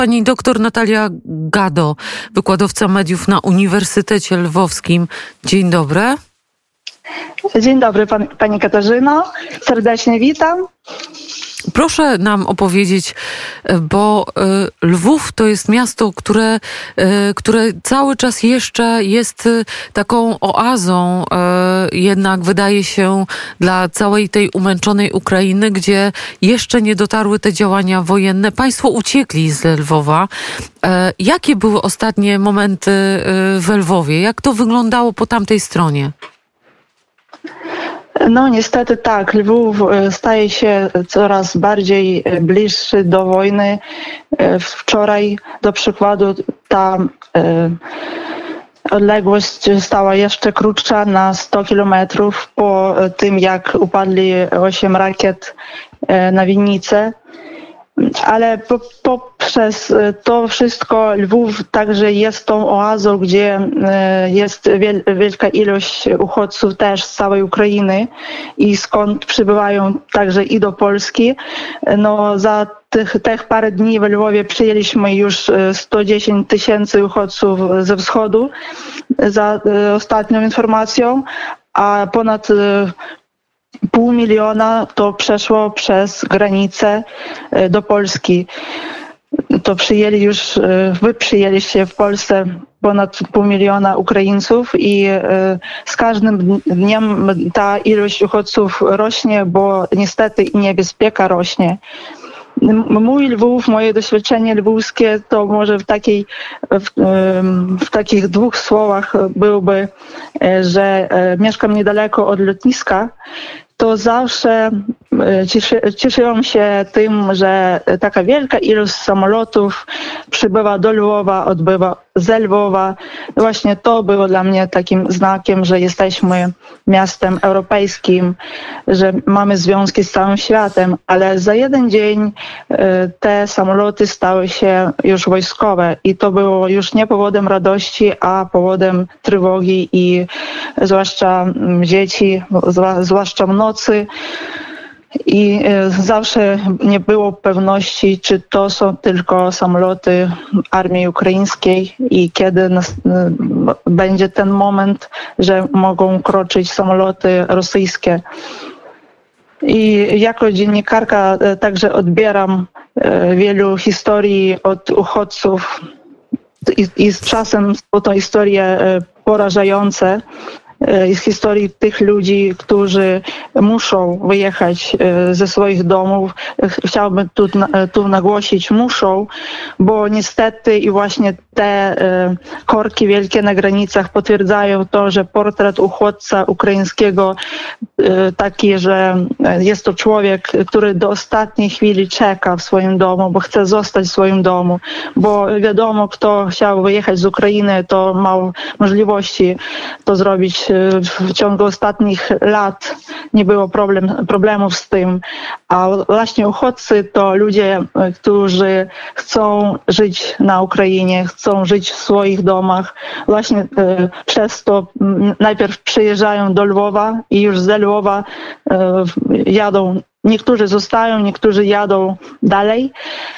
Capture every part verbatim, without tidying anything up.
Pani doktor Natalia Gado, wykładowca mediów na Uniwersytecie Lwowskim. Dzień dobry. Dzień dobry pan, pani Katarzyno. Serdecznie witam. Proszę nam opowiedzieć, bo Lwów to jest miasto, które, które cały czas jeszcze jest taką oazą, jednak wydaje się dla całej tej umęczonej Ukrainy, gdzie jeszcze nie dotarły te działania wojenne. Państwo uciekli z Lwowa. Jakie były ostatnie momenty w Lwowie? Jak to wyglądało po tamtej stronie? No niestety tak, Lwów staje się coraz bardziej bliższy do wojny. Wczoraj do przykładu ta odległość stała jeszcze krótsza na sto kilometrów po tym, jak upadli osiem rakiet na winnicę. Ale po, poprzez to wszystko Lwów także jest tą oazą, gdzie jest wiel, wielka ilość uchodźców też z całej Ukrainy i skąd przybywają także i do Polski. No, za tych, tych parę dni w Lwowie przyjęliśmy już sto dziesięć tysięcy uchodźców ze wschodu, za ostatnią informacją, a ponad pół miliona to przeszło przez granicę do Polski. To przyjęli już, wy przyjęliście w Polsce ponad pół miliona Ukraińców i z każdym dniem ta ilość uchodźców rośnie, bo niestety i niebezpieka rośnie. Mój Lwów, moje doświadczenie lwówskie to może w, takiej, w, w takich dwóch słowach byłby, że mieszkam niedaleko od lotniska, to zawsze cieszy, cieszyłam się tym, że taka wielka ilość samolotów przybywa do Lwowa, odbywa ze Lwowa. Właśnie to było dla mnie takim znakiem, że jesteśmy miastem europejskim, że mamy związki z całym światem, ale za jeden dzień te samoloty stały się już wojskowe i to było już nie powodem radości, a powodem trwogi i zwłaszcza dzieci, zwłaszcza w nocy. I zawsze nie było pewności, czy to są tylko samoloty armii ukraińskiej i kiedy będzie ten moment, że mogą kroczyć samoloty rosyjskie. I jako dziennikarka także odbieram wielu historii od uchodźców i, i z czasem są to historie porażające. Z historii tych ludzi, którzy muszą wyjechać ze swoich domów. Chciałbym tu, tu nagłosić, muszą, bo niestety i właśnie te korki wielkie na granicach potwierdzają to, że portret uchodźca ukraińskiego taki, że jest to człowiek, który do ostatniej chwili czeka w swoim domu, bo chce zostać w swoim domu, bo wiadomo, kto chciał wyjechać z Ukrainy, to miał możliwości to zrobić w ciągu ostatnich lat. Nie było problem, problemów z tym, a właśnie uchodźcy to ludzie, którzy chcą żyć na Ukrainie, chcą żyć w swoich domach. Właśnie przez to najpierw przyjeżdżają do Lwowa i już ze Lwowa jadą. Niektórzy zostają, niektórzy jadą dalej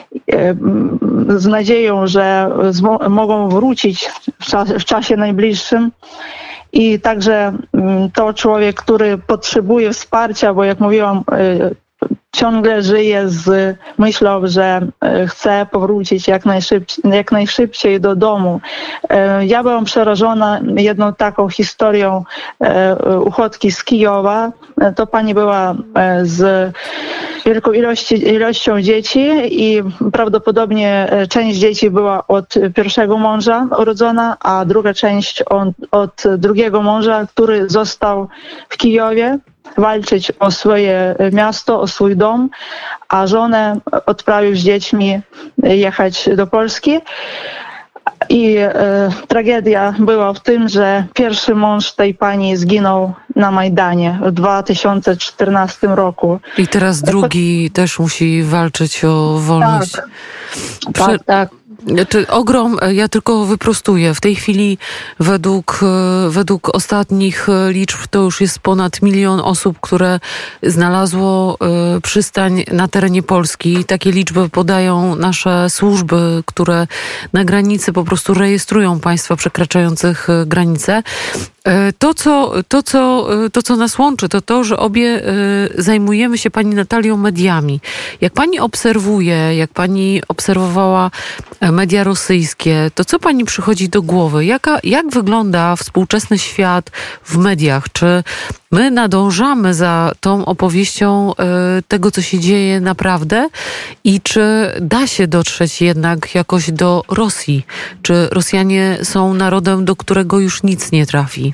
z nadzieją, że mogą wrócić w czasie najbliższym. I także to człowiek, który potrzebuje wsparcia, bo jak mówiłam, ciągle żyje z myślą, że chce powrócić jak najszybciej, jak najszybciej do domu. Ja byłam przerażona jedną taką historią uchodźki z Kijowa. To pani była z wielką ilości, ilością dzieci i prawdopodobnie część dzieci była od pierwszego męża urodzona, a druga część od, od drugiego męża, który został w Kijowie walczyć o swoje miasto, o swój dom, a żonę odprawił z dziećmi jechać do Polski. I e, tragedia była w tym, że pierwszy mąż tej pani zginął na Majdanie w dwa tysiące czternastym roku. I teraz drugi też musi walczyć o wolność. Tak, Prze- tak, tak. Czy ogrom, ja tylko wyprostuję, w tej chwili według, według ostatnich liczb to już jest ponad milion osób, które znalazło przystań na terenie Polski. Takie liczby podają nasze służby, które na granicy po prostu rejestrują państwa przekraczających granicę. To co, to, co, to, co nas łączy, to to, że obie zajmujemy się, pani Natalią, mediami. Jak pani obserwuje, jak pani obserwowała media rosyjskie, to co pani przychodzi do głowy? Jaka, jak wygląda współczesny świat w mediach? Czy my nadążamy za tą opowieścią tego, co się dzieje naprawdę? I czy da się dotrzeć jednak jakoś do Rosji? Czy Rosjanie są narodem, do którego już nic nie trafi?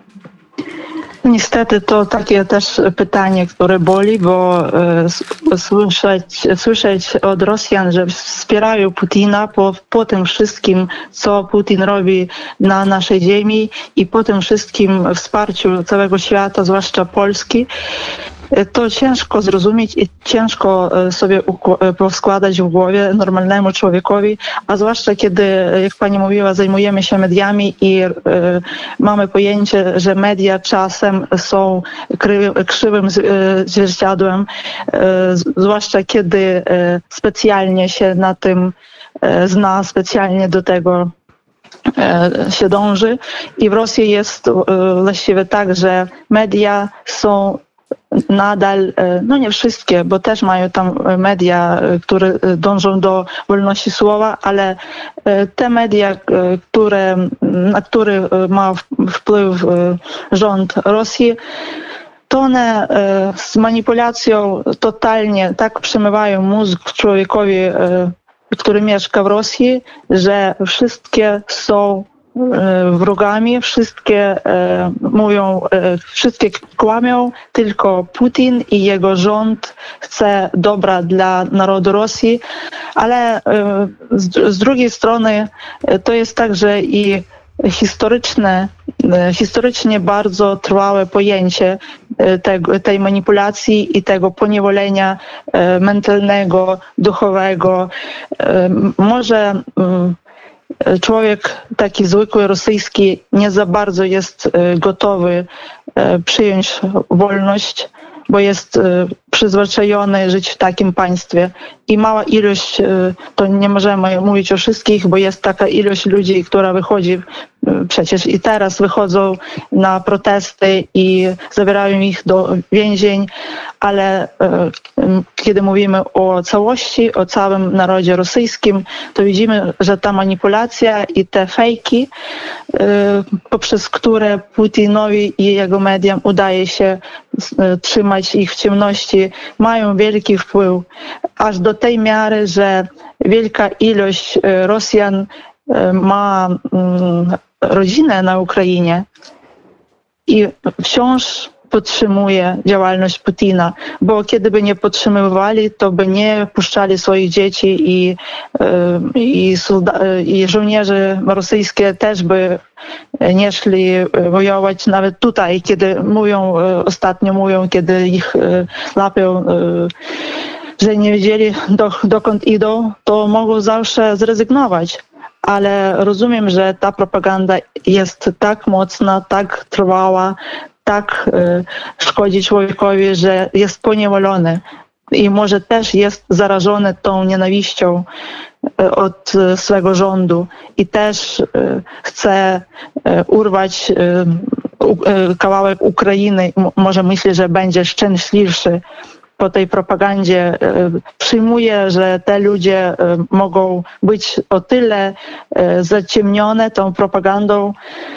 Niestety to takie też pytanie, które boli, bo e, słyszeć, słyszeć od Rosjan, że wspierają Putina po, po tym wszystkim, co Putin robi na naszej ziemi i po tym wszystkim wsparciu całego świata, zwłaszcza Polski, to ciężko zrozumieć i ciężko sobie poskładać w głowie normalnemu człowiekowi, a zwłaszcza kiedy, jak pani mówiła, zajmujemy się mediami i y, mamy pojęcie, że media czasem są kry, krzywym y, zwierciadłem, y, zwłaszcza kiedy y, specjalnie się na tym y, zna, specjalnie do tego się dąży. I w Rosji jest y, właściwie tak, że media są nadal, no nie wszystkie, bo też mają tam media, które dążą do wolności słowa, ale te media, które, na które ma wpływ rząd Rosji, to one z manipulacją totalnie tak przemywają mózg człowiekowi, który mieszka w Rosji, że wszystkie są wrogami, wszystkie e, mówią, e, wszystkie kłamią, tylko Putin i jego rząd chce dobra dla narodu Rosji, ale e, z, z drugiej strony e, to jest także i historyczne, e, historycznie bardzo trwałe pojęcie e, tego, tej manipulacji i tego poniewolenia e, mentalnego, duchowego. E, może e, Człowiek taki zwykły, rosyjski, nie za bardzo jest gotowy przyjąć wolność, bo jest przyzwyczajony żyć w takim państwie. I mała ilość, to nie możemy mówić o wszystkich, bo jest taka ilość ludzi, która wychodzi, przecież i teraz wychodzą na protesty i zabierają ich do więzień, ale kiedy mówimy o całości, o całym narodzie rosyjskim, to widzimy, że ta manipulacja i te fejki, poprzez które Putinowi i jego mediom udaje się trzymać ich w ciemności, mają wielki wpływ, aż do tej miary, że wielka ilość Rosjan ma rodzinę na Ukrainie i wciąż podtrzymuje działalność Putina, bo kiedy by nie podtrzymywali, to by nie puszczali swoich dzieci i, i, i żołnierze rosyjskie też by nie szli wojować nawet tutaj, kiedy mówią, ostatnio mówią, kiedy ich łapią, że nie wiedzieli do, dokąd idą, to mogą zawsze zrezygnować. Ale rozumiem, że ta propaganda jest tak mocna, tak trwała, tak y, szkodzi człowiekowi, że jest poniewolony i może też jest zarażony tą nienawiścią y, od y, swego rządu i też y, chce y, urwać y, y, kawałek Ukrainy. M- może myśli, że będzie szczęśliwszy po tej propagandzie. Przyjmuje, że te ludzie mogą być o tyle zaciemnione tą propagandą,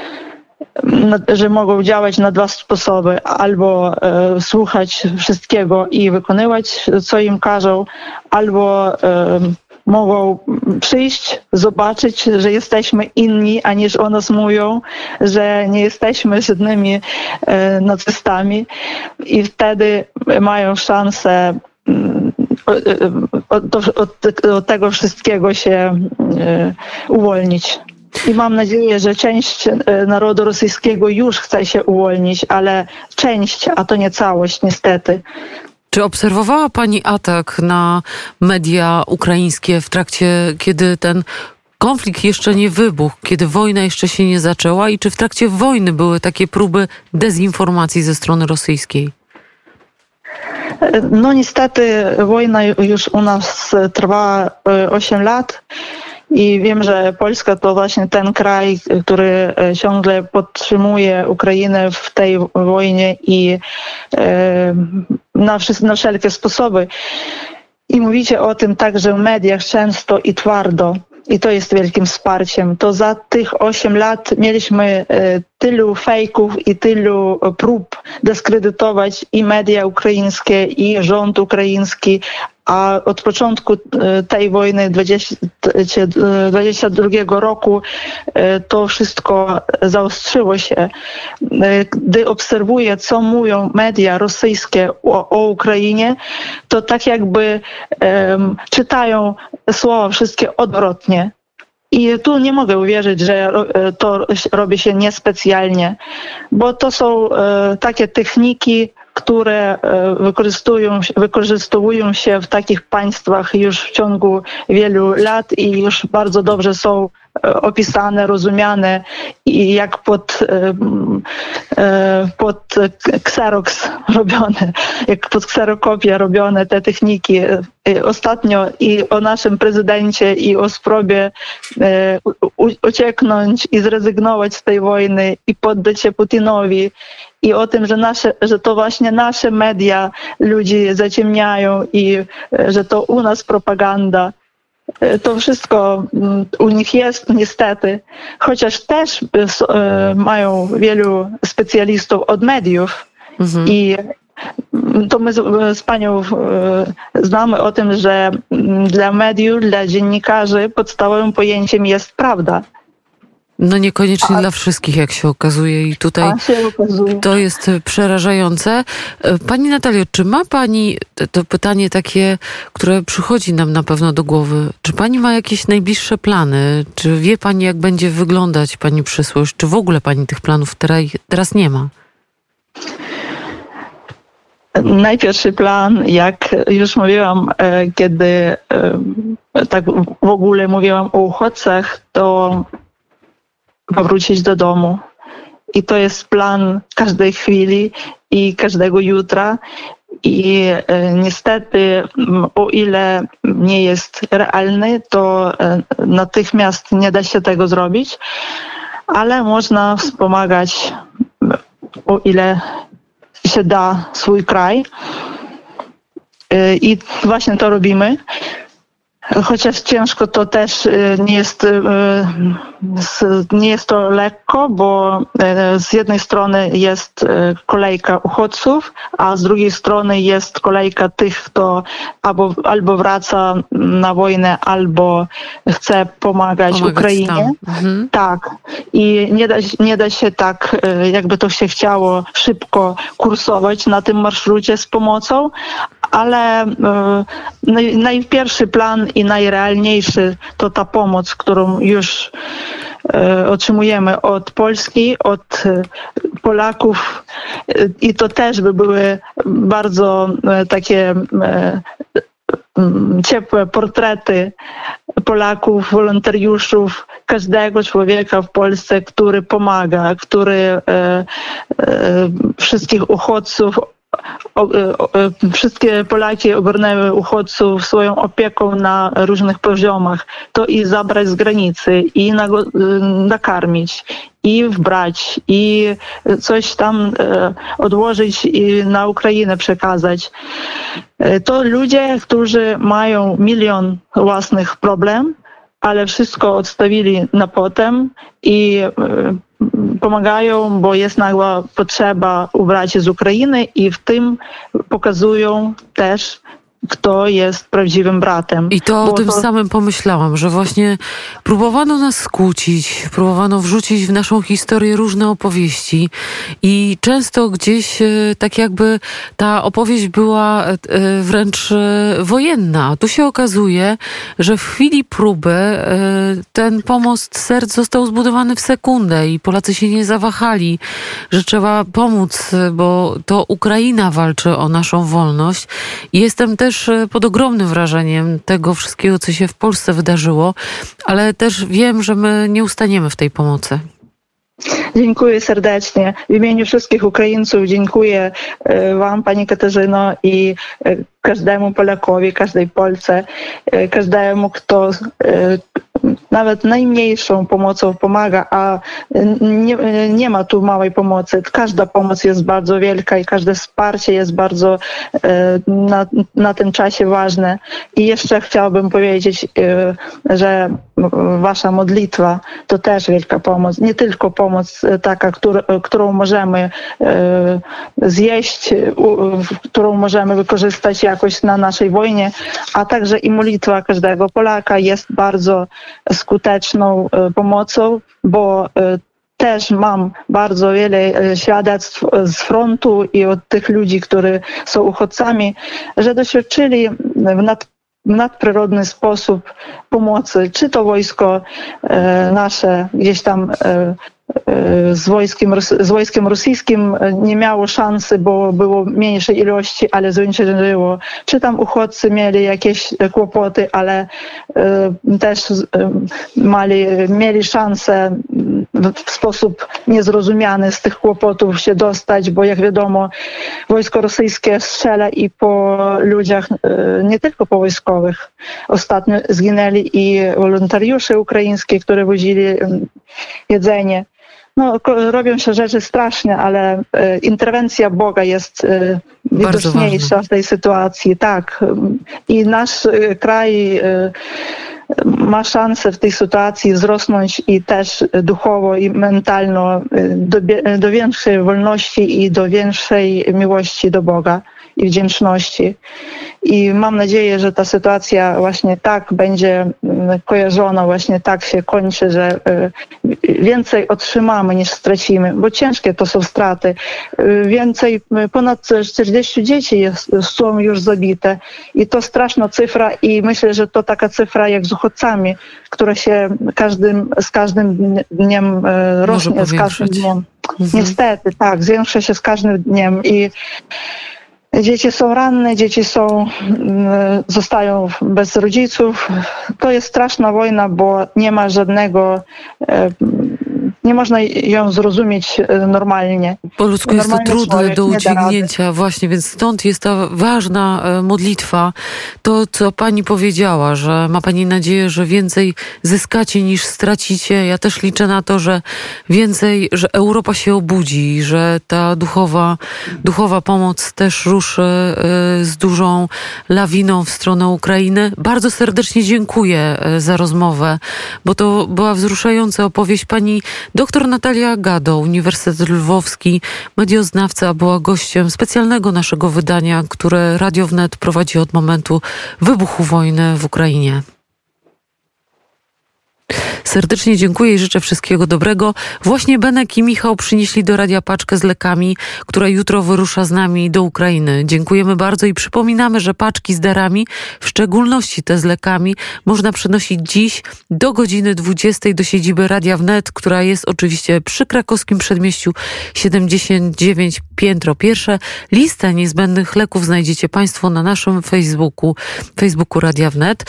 że mogą działać na dwa sposoby. Albo słuchać wszystkiego i wykonywać, co im każą, albo mogą przyjść, zobaczyć, że jesteśmy inni, a niż o nas mówią, że nie jesteśmy żadnymi e, nacystami i wtedy mają szansę od, od, od, od tego wszystkiego się e, uwolnić. I mam nadzieję, że część narodu rosyjskiego już chce się uwolnić, ale część, a to nie całość niestety. Czy obserwowała pani atak na media ukraińskie w trakcie, kiedy ten konflikt jeszcze nie wybuchł, kiedy wojna jeszcze się nie zaczęła i czy w trakcie wojny były takie próby dezinformacji ze strony rosyjskiej? No niestety wojna już u nas trwa osiem lat i wiem, że Polska to właśnie ten kraj, który ciągle podtrzymuje Ukrainę w tej wojnie i na, na wszelkie sposoby. I mówicie o tym także w mediach często i twardo. I to jest wielkim wsparciem. To za tych osiem lat mieliśmy tylu fejków i tylu prób dyskredytować i media ukraińskie, i rząd ukraiński, a od początku tej wojny dwudziestego drugiego roku to wszystko zaostrzyło się. Gdy obserwuję, co mówią media rosyjskie o, o Ukrainie, to tak jakby um, czytają słowa wszystkie odwrotnie. I tu nie mogę uwierzyć, że to robi się niespecjalnie, bo to są e, takie techniki, które wykorzystują, wykorzystują się w takich państwach już w ciągu wielu lat i już bardzo dobrze są opisane, rozumiane i jak pod, pod Xerox robione, jak pod kserokopię robione te techniki. Ostatnio i o naszym prezydencie i o spróbie ucieknąć i zrezygnować z tej wojny i poddać się Putinowi i o tym, że, nasze, że to właśnie nasze media ludzi zaciemniają i że to u nas propaganda. To wszystko u nich jest niestety, chociaż też mają wielu specjalistów od mediów mhm. i to my z, z panią znamy o tym, że dla mediów, dla dziennikarzy podstawowym pojęciem jest prawda. No niekoniecznie A, dla wszystkich, jak się okazuje. I tutaj to jest przerażające. Pani Natalio, czy ma pani, to pytanie takie, które przychodzi nam na pewno do głowy, czy pani ma jakieś najbliższe plany? Czy wie pani, jak będzie wyglądać pani przyszłość? Czy w ogóle pani tych planów teraz, teraz nie ma? Najpierwszy plan, jak już mówiłam, kiedy tak w ogóle mówiłam o uchodźcach, to powrócić do domu. I to jest plan każdej chwili i każdego jutra. I e, niestety, o ile nie jest realny, to e, natychmiast nie da się tego zrobić, ale można wspomagać, o ile się da, swój kraj. E, I właśnie to robimy. Chociaż ciężko to też nie jest, nie jest to lekko, bo z jednej strony jest kolejka uchodźców, a z drugiej strony jest kolejka tych, kto albo, albo wraca na wojnę, albo chce pomagać, pomagać Ukrainie. Mhm. Tak. I nie da, nie da się tak, jakby to się chciało, szybko kursować na tym marszrucie z pomocą, ale naj, najpierwszy plan i najrealniejszy to ta pomoc, którą już e, otrzymujemy od Polski, od e, Polaków e, i to też by były bardzo e, takie e, ciepłe portrety Polaków, wolontariuszów, każdego człowieka w Polsce, który pomaga, który e, e, wszystkich uchodźców O, o, wszystkie Polaki ogarnęły uchodźców swoją opieką na różnych poziomach. To i zabrać z granicy, i nakarmić, i wbrać, i coś tam e, odłożyć i na Ukrainę przekazać. E, to ludzie, którzy mają milion własnych problemów, ale wszystko odstawili na potem i e, pomagają, bo jest nagła potrzeba u braci z Ukrainy i w tym pokazują też, kto jest prawdziwym bratem. I to o tym to... samym pomyślałam, że właśnie próbowano nas skłócić, próbowano wrzucić w naszą historię różne opowieści i często gdzieś tak jakby ta opowieść była wręcz wojenna. Tu się okazuje, że w chwili próby ten pomost serc został zbudowany w sekundę i Polacy się nie zawahali, że trzeba pomóc, bo to Ukraina walczy o naszą wolność. I jestem też też pod ogromnym wrażeniem tego wszystkiego, co się w Polsce wydarzyło, ale też wiem, że my nie ustaniemy w tej pomocy. Dziękuję serdecznie. W imieniu wszystkich Ukraińców dziękuję Wam, Pani Katarzyno, i każdemu Polakowi, każdej Polce, każdemu, kto nawet najmniejszą pomocą pomaga, a nie, nie ma tu małej pomocy. Każda pomoc jest bardzo wielka i każde wsparcie jest bardzo na, na tym czasie ważne. I jeszcze chciałabym powiedzieć, że Wasza modlitwa to też wielka pomoc. Nie tylko pomoc taka, która, którą możemy zjeść, którą możemy wykorzystać jakoś na naszej wojnie, a także i modlitwa każdego Polaka jest bardzo skuteczną pomocą, bo też mam bardzo wiele świadectw z frontu i od tych ludzi, którzy są uchodźcami, że doświadczyli w nad, w nadprzyrodny sposób pomocy, czy to wojsko nasze gdzieś tam z wojskiem, z wojskiem rosyjskim nie miało szansy, bo było mniejszej ilości, ale zwiększyło. Czy tam uchodźcy mieli jakieś kłopoty, ale y, też y, mali, mieli szansę w sposób niezrozumiany z tych kłopotów się dostać, bo jak wiadomo, wojsko rosyjskie strzela i po ludziach, y, nie tylko po wojskowych. Ostatnio zginęli i wolontariusze ukraińskie, którzy wozili jedzenie. No, robią się rzeczy straszne, ale e, interwencja Boga jest e, widoczniejsza w tej sytuacji. Tak. I nasz e, kraj e, ma szansę w tej sytuacji wzrosnąć i też duchowo i mentalno do, do większej wolności i do większej miłości do Boga i wdzięczności. I mam nadzieję, że ta sytuacja właśnie tak będzie kojarzona, właśnie tak się kończy, że więcej otrzymamy niż stracimy, bo ciężkie to są straty. Więcej, ponad czterdzieści dzieci jest, są już zabite i to straszna cyfra i myślę, że to taka cyfra jak z uchodźcami, która się każdym, z każdym dniem rośnie, z każdym dniem. Mhm. Niestety, tak, zwiększa się z każdym dniem i dzieci są ranne, dzieci są, zostają bez rodziców. To jest straszna wojna, bo nie ma żadnego, nie można ją zrozumieć normalnie. Po ludzku jest to trudne do udźwignięcia, właśnie, więc stąd jest ta ważna modlitwa. To, co pani powiedziała, że ma pani nadzieję, że więcej zyskacie niż stracicie. Ja też liczę na to, że więcej, że Europa się obudzi, że ta duchowa, duchowa pomoc też ruszy z dużą lawiną w stronę Ukrainy. Bardzo serdecznie dziękuję za rozmowę, bo to była wzruszająca opowieść. Pani doktor Natalia Gado, Uniwersytet Lwowski, medioznawca, była gościem specjalnego naszego wydania, które Radio Wnet prowadzi od momentu wybuchu wojny w Ukrainie. Serdecznie dziękuję i życzę wszystkiego dobrego. Właśnie Benek i Michał przynieśli do radia paczkę z lekami, która jutro wyrusza z nami do Ukrainy. Dziękujemy bardzo i przypominamy, że paczki z darami, w szczególności te z lekami, można przynosić dziś do godziny dwudziestej do siedziby Radia Wnet, która jest oczywiście przy Krakowskim Przedmieściu siedemdziesiąt dziewięć, piętro pierwsze. Listę niezbędnych leków znajdziecie Państwo na naszym Facebooku, Facebooku Radia Wnet.